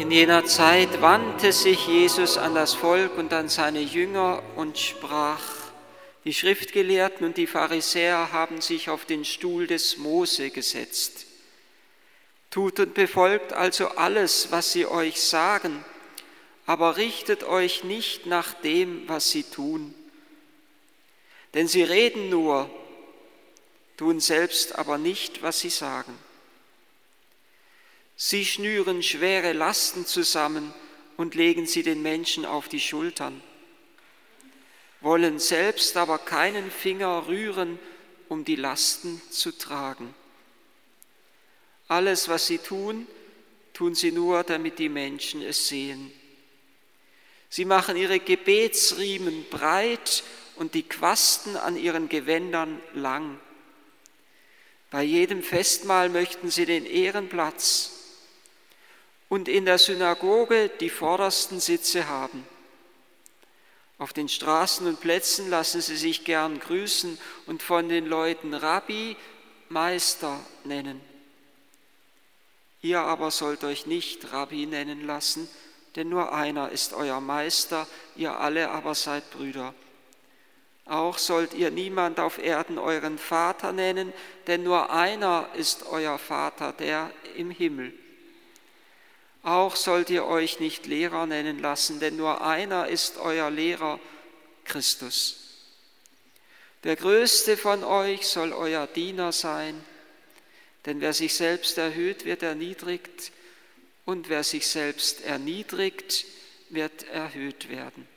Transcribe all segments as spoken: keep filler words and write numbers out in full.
In jener Zeit wandte sich Jesus an das Volk und an seine Jünger und sprach: Die Schriftgelehrten und die Pharisäer haben sich auf den Stuhl des Mose gesetzt. Tut und befolgt also alles, was sie euch sagen, aber richtet euch nicht nach dem, was sie tun. Denn sie reden nur, tun selbst aber nicht, was sie sagen. Sie schnüren schwere Lasten zusammen und legen sie den Menschen auf die Schultern, wollen selbst aber keinen Finger rühren, um die Lasten zu tragen. Alles, was sie tun, tun sie nur, damit die Menschen es sehen. Sie machen ihre Gebetsriemen breit und die Quasten an ihren Gewändern lang. Bei jedem Festmahl möchten sie den Ehrenplatz und in der Synagoge die vordersten Sitze haben. Auf den Straßen und Plätzen lassen sie sich gern grüßen und von den Leuten Rabbi, Meister nennen. Ihr aber sollt euch nicht Rabbi nennen lassen, denn nur einer ist euer Meister, ihr alle aber seid Brüder. Auch sollt ihr niemand auf Erden euren Vater nennen, denn nur einer ist euer Vater, der im Himmel. Auch sollt ihr euch nicht Lehrer nennen lassen, denn nur einer ist euer Lehrer, Christus. Der Größte von euch soll euer Diener sein, denn wer sich selbst erhöht, wird erniedrigt, und wer sich selbst erniedrigt, wird erhöht werden.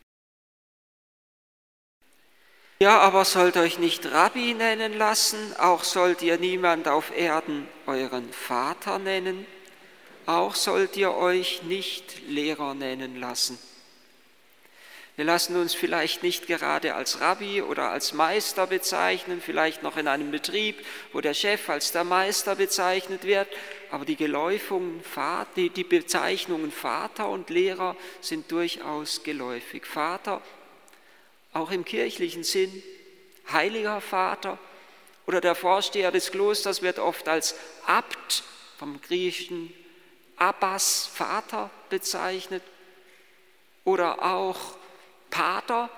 Ihr aber sollt euch nicht Rabbi nennen lassen, auch sollt ihr niemand auf Erden euren Vater nennen, auch sollt ihr euch nicht Lehrer nennen lassen. Wir lassen uns vielleicht nicht gerade als Rabbi oder als Meister bezeichnen, vielleicht noch in einem Betrieb, wo der Chef als der Meister bezeichnet wird, aber die Geläufungen, die, die Bezeichnungen Vater und Lehrer sind durchaus geläufig. Vater, auch im kirchlichen Sinn, heiliger Vater, oder der Vorsteher des Klosters wird oft als Abt, vom griechischen Abbas, Vater, bezeichnet, oder auch Pater.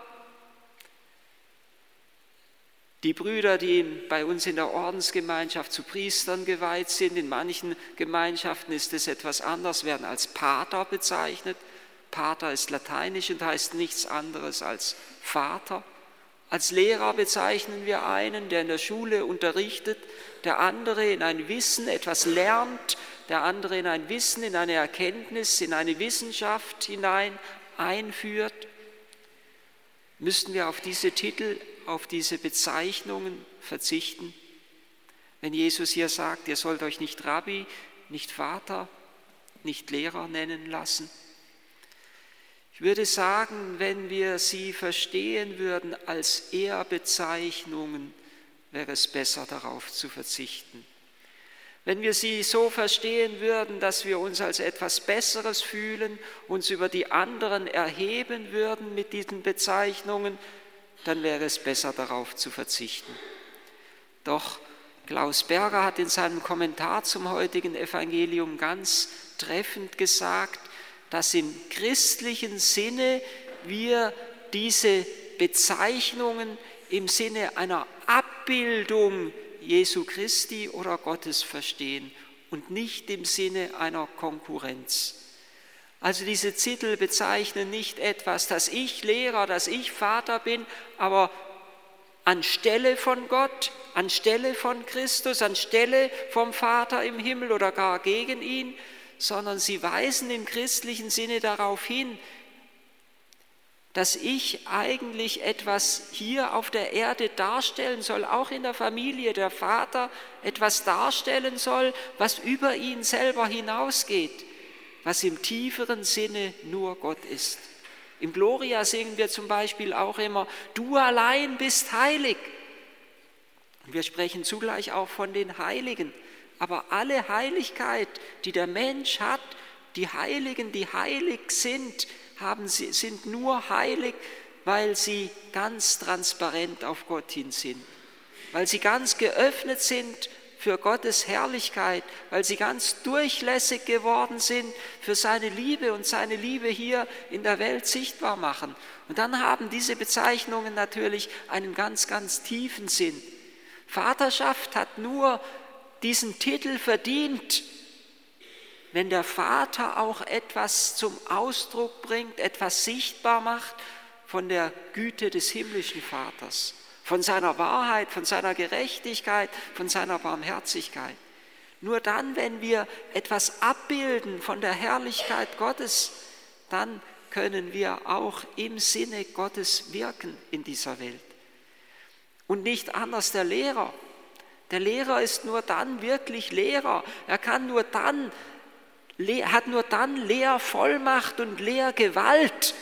Die Brüder, die bei uns in der Ordensgemeinschaft zu Priestern geweiht sind, in manchen Gemeinschaften ist es etwas anders, werden als Pater bezeichnet. Pater ist lateinisch und heißt nichts anderes als Vater. Als Lehrer bezeichnen wir einen, der in der Schule unterrichtet, der andere in ein Wissen etwas lernt, der andere in ein Wissen, in eine Erkenntnis, in eine Wissenschaft hinein einführt. Müssten wir auf diese Titel, auf diese Bezeichnungen verzichten? Wenn Jesus hier sagt, ihr sollt euch nicht Rabbi, nicht Vater, nicht Lehrer nennen lassen. Ich würde sagen, wenn wir sie verstehen würden als Ehrbezeichnungen, wäre es besser, darauf zu verzichten. Wenn wir sie so verstehen würden, dass wir uns als etwas Besseres fühlen, uns über die anderen erheben würden mit diesen Bezeichnungen, dann wäre es besser, darauf zu verzichten. Doch Klaus Berger hat in seinem Kommentar zum heutigen Evangelium ganz treffend gesagt, dass im christlichen Sinne wir diese Bezeichnungen im Sinne einer Abbildung Jesu Christi oder Gottes verstehen und nicht im Sinne einer Konkurrenz. Also diese Titel bezeichnen nicht etwas, dass ich Lehrer, dass ich Vater bin, aber anstelle von Gott, anstelle von Christus, anstelle vom Vater im Himmel oder gar gegen ihn, sondern sie weisen im christlichen Sinne darauf hin, dass ich eigentlich etwas hier auf der Erde darstellen soll, auch in der Familie, der Vater etwas darstellen soll, was über ihn selber hinausgeht, was im tieferen Sinne nur Gott ist. Im Gloria singen wir zum Beispiel auch immer, du allein bist heilig. Und wir sprechen zugleich auch von den Heiligen. Aber alle Heiligkeit, die der Mensch hat, die Heiligen, die heilig sind, haben sie, sind nur heilig, weil sie ganz transparent auf Gott hin sind, weil sie ganz geöffnet sind für Gottes Herrlichkeit, weil sie ganz durchlässig geworden sind für seine Liebe und seine Liebe hier in der Welt sichtbar machen. Und dann haben diese Bezeichnungen natürlich einen ganz, ganz tiefen Sinn. Vaterschaft hat nur diesen Titel verdient, wenn der Vater auch etwas zum Ausdruck bringt, etwas sichtbar macht von der Güte des himmlischen Vaters, von seiner Wahrheit, von seiner Gerechtigkeit, von seiner Barmherzigkeit. Nur dann, wenn wir etwas abbilden von der Herrlichkeit Gottes, dann können wir auch im Sinne Gottes wirken in dieser Welt. Und nicht anders der Lehrer. Der Lehrer ist nur dann wirklich Lehrer. Er kann nur dann, hat nur dann Lehrvollmacht und Lehrgewalt,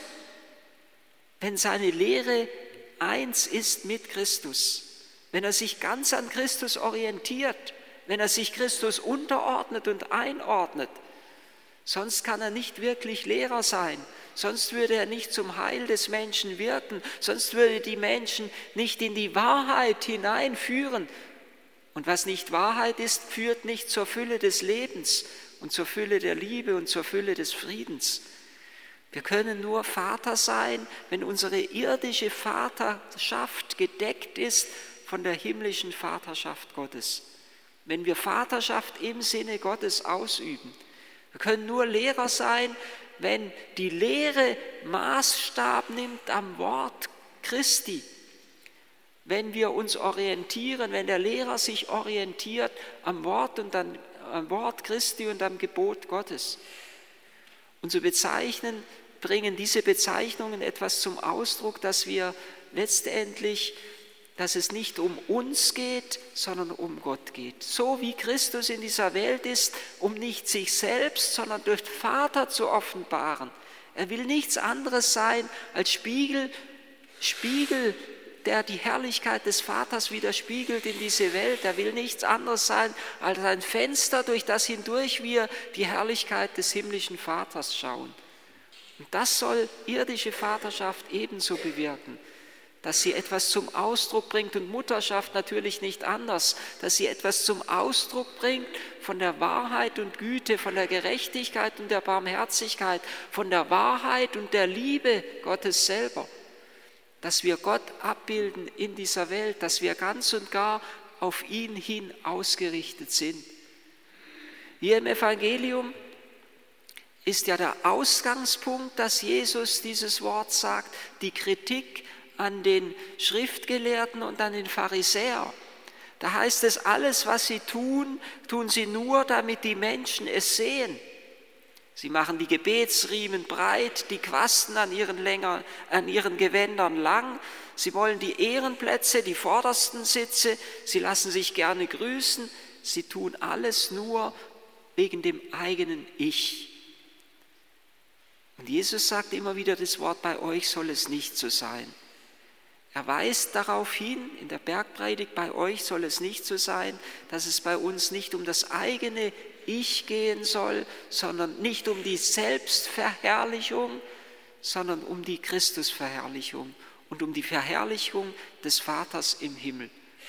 wenn seine Lehre eins ist mit Christus, wenn er sich ganz an Christus orientiert, wenn er sich Christus unterordnet und einordnet. Sonst kann er nicht wirklich Lehrer sein, sonst würde er nicht zum Heil des Menschen wirken, sonst würde die Menschen nicht in die Wahrheit hineinführen. Und was nicht Wahrheit ist, führt nicht zur Fülle des Lebens und zur Fülle der Liebe und zur Fülle des Friedens. Wir können nur Vater sein, wenn unsere irdische Vaterschaft gedeckt ist von der himmlischen Vaterschaft Gottes. Wenn wir Vaterschaft im Sinne Gottes ausüben. Wir können nur Lehrer sein, wenn die Lehre Maßstab nimmt am Wort Christi. Wenn wir uns orientieren, wenn der Lehrer sich orientiert am Wort und dann, am Wort Christi und am Gebot Gottes. Und so bezeichnen, bringen diese Bezeichnungen etwas zum Ausdruck, dass wir letztendlich, dass es nicht um uns geht, sondern um Gott geht. So wie Christus in dieser Welt ist, um nicht sich selbst, sondern durch den Vater zu offenbaren. Er will nichts anderes sein als Spiegel, Spiegel, der die Herrlichkeit des Vaters widerspiegelt in diese Welt. Er will nichts anderes sein als ein Fenster, durch das hindurch wir die Herrlichkeit des himmlischen Vaters schauen. Und das soll irdische Vaterschaft ebenso bewirken, dass sie etwas zum Ausdruck bringt und Mutterschaft natürlich nicht anders, dass sie etwas zum Ausdruck bringt von der Wahrheit und Güte, von der Gerechtigkeit und der Barmherzigkeit, von der Wahrheit und der Liebe Gottes selber. Dass wir Gott abbilden in dieser Welt, dass wir ganz und gar auf ihn hin ausgerichtet sind. Hier im Evangelium ist ja der Ausgangspunkt, dass Jesus dieses Wort sagt, die Kritik an den Schriftgelehrten und an den Pharisäern. Da heißt es, alles, was sie tun, tun sie nur, damit die Menschen es sehen. Sie machen die Gebetsriemen breit, die Quasten an ihren, Länger, an ihren Gewändern lang. Sie wollen die Ehrenplätze, die vordersten Sitze. Sie lassen sich gerne grüßen. Sie tun alles nur wegen dem eigenen Ich. Und Jesus sagt immer wieder das Wort, bei euch soll es nicht so sein. Er weist darauf hin, in der Bergpredigt, bei euch soll es nicht so sein, dass es bei uns nicht um das eigene Ich gehen soll, sondern nicht um die Selbstverherrlichung, sondern um die Christusverherrlichung und um die Verherrlichung des Vaters im Himmel.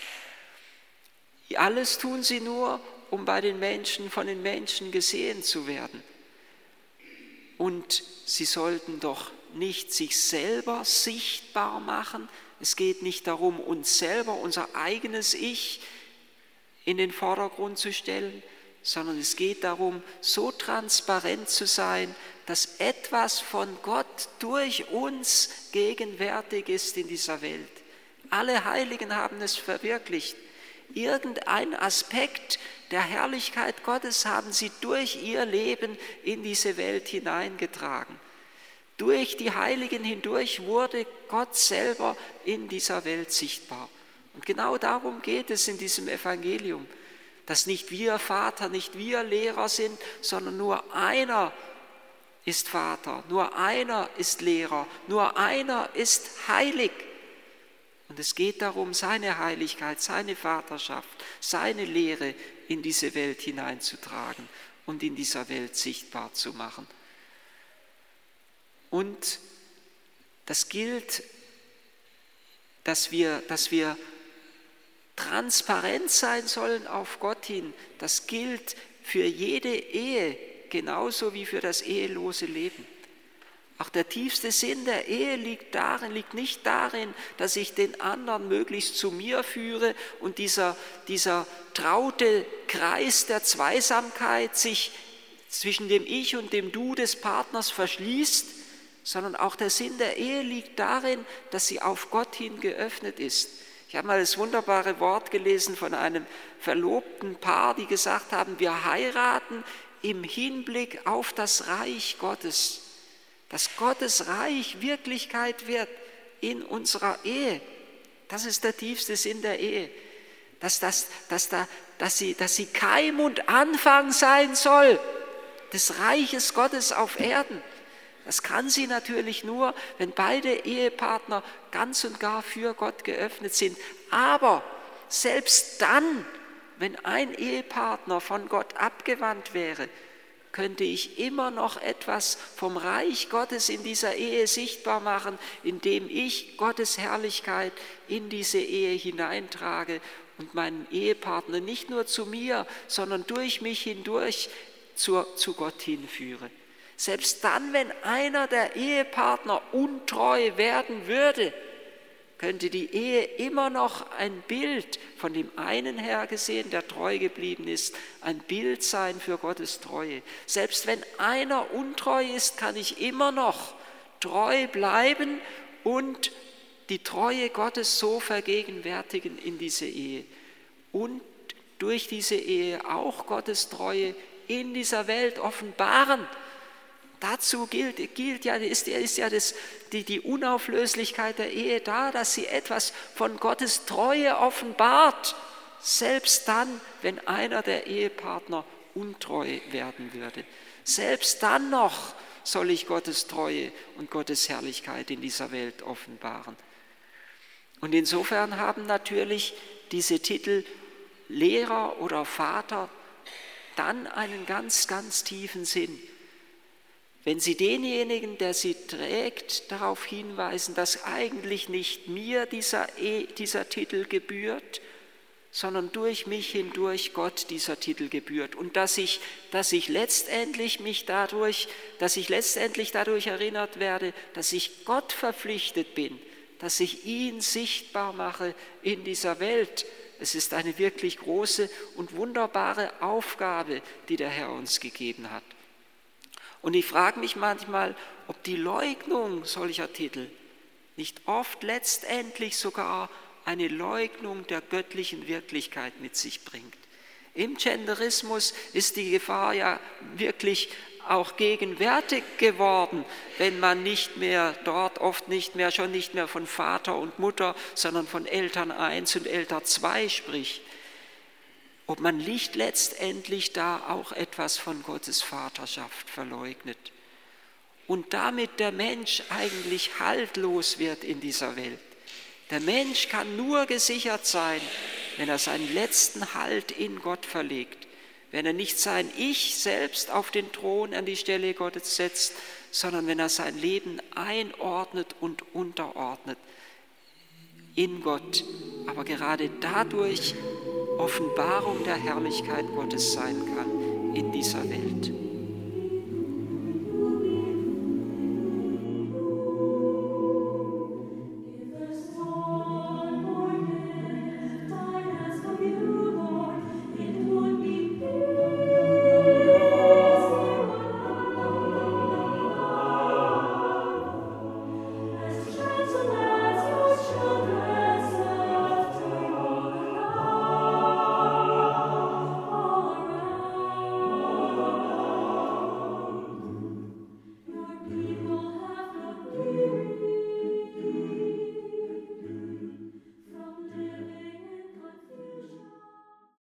Alles tun sie nur, um bei den Menschen, von den Menschen gesehen zu werden. Und sie sollten doch nicht sich selber sichtbar machen. Es geht nicht darum, uns selber, unser eigenes Ich in den Vordergrund zu stellen, sondern es geht darum, so transparent zu sein, dass etwas von Gott durch uns gegenwärtig ist in dieser Welt. Alle Heiligen haben es verwirklicht. Irgendein Aspekt der Herrlichkeit Gottes haben sie durch ihr Leben in diese Welt hineingetragen. Durch die Heiligen hindurch wurde Gott selber in dieser Welt sichtbar. Und genau darum geht es in diesem Evangelium, dass nicht wir Vater, nicht wir Lehrer sind, sondern nur einer ist Vater, nur einer ist Lehrer, nur einer ist heilig. Und es geht darum, seine Heiligkeit, seine Vaterschaft, seine Lehre in diese Welt hineinzutragen und in dieser Welt sichtbar zu machen. Und das gilt, dass wir, dass wir transparent sein sollen auf Gott hin. Das gilt für jede Ehe, genauso wie für das ehelose Leben. Auch der tiefste Sinn der Ehe liegt darin, liegt nicht darin, dass ich den anderen möglichst zu mir führe und dieser, dieser traute Kreis der Zweisamkeit sich zwischen dem Ich und dem Du des Partners verschließt, sondern auch der Sinn der Ehe liegt darin, dass sie auf Gott hin geöffnet ist. Ich habe mal das wunderbare Wort gelesen von einem verlobten Paar, die gesagt haben, wir heiraten im Hinblick auf das Reich Gottes. Dass Gottes Reich Wirklichkeit wird in unserer Ehe. Das ist der tiefste Sinn der Ehe. Dass, das, dass, da, dass, sie, dass sie Keim und Anfang sein soll des Reiches Gottes auf Erden. Das kann sie natürlich nur, wenn beide Ehepartner ganz und gar für Gott geöffnet sind. Aber selbst dann, wenn ein Ehepartner von Gott abgewandt wäre, könnte ich immer noch etwas vom Reich Gottes in dieser Ehe sichtbar machen, indem ich Gottes Herrlichkeit in diese Ehe hineintrage und meinen Ehepartner nicht nur zu mir, sondern durch mich hindurch zu, zu Gott hinführe. Selbst dann, wenn einer der Ehepartner untreu werden würde, könnte die Ehe immer noch ein Bild von dem einen her gesehen, der treu geblieben ist, ein Bild sein für Gottes Treue. Selbst wenn einer untreu ist, kann ich immer noch treu bleiben und die Treue Gottes so vergegenwärtigen in diese Ehe. Und durch diese Ehe auch Gottes Treue in dieser Welt offenbaren. Dazu gilt, gilt ja, ist, ist ja das, die, die Unauflöslichkeit der Ehe da, dass sie etwas von Gottes Treue offenbart, selbst dann, wenn einer der Ehepartner untreu werden würde. Selbst dann noch soll ich Gottes Treue und Gottes Herrlichkeit in dieser Welt offenbaren. Und insofern haben natürlich diese Titel Lehrer oder Vater dann einen ganz, ganz tiefen Sinn. Wenn Sie denjenigen, der sie trägt, darauf hinweisen, dass eigentlich nicht mir dieser, e, dieser Titel gebührt, sondern durch mich hindurch Gott dieser Titel gebührt und dass ich, dass ich letztendlich mich dadurch, dass ich letztendlich dadurch erinnert werde, dass ich Gott verpflichtet bin, dass ich ihn sichtbar mache in dieser Welt. Es ist eine wirklich große und wunderbare Aufgabe, die der Herr uns gegeben hat. Und ich frage mich manchmal, ob die Leugnung solcher Titel nicht oft letztendlich sogar eine Leugnung der göttlichen Wirklichkeit mit sich bringt. Im Genderismus ist die Gefahr ja wirklich auch gegenwärtig geworden, wenn man nicht mehr dort oft nicht mehr, schon nicht mehr von Vater und Mutter, sondern von Eltern eins und Eltern zwei spricht. Ob man nicht letztendlich da auch etwas von Gottes Vaterschaft verleugnet und damit der Mensch eigentlich haltlos wird in dieser Welt. Der Mensch kann nur gesichert sein, wenn er seinen letzten Halt in Gott verlegt, wenn er nicht sein Ich selbst auf den Thron an die Stelle Gottes setzt, sondern wenn er sein Leben einordnet und unterordnet in Gott, aber gerade dadurch Offenbarung der Herrlichkeit Gottes sein kann in dieser Welt.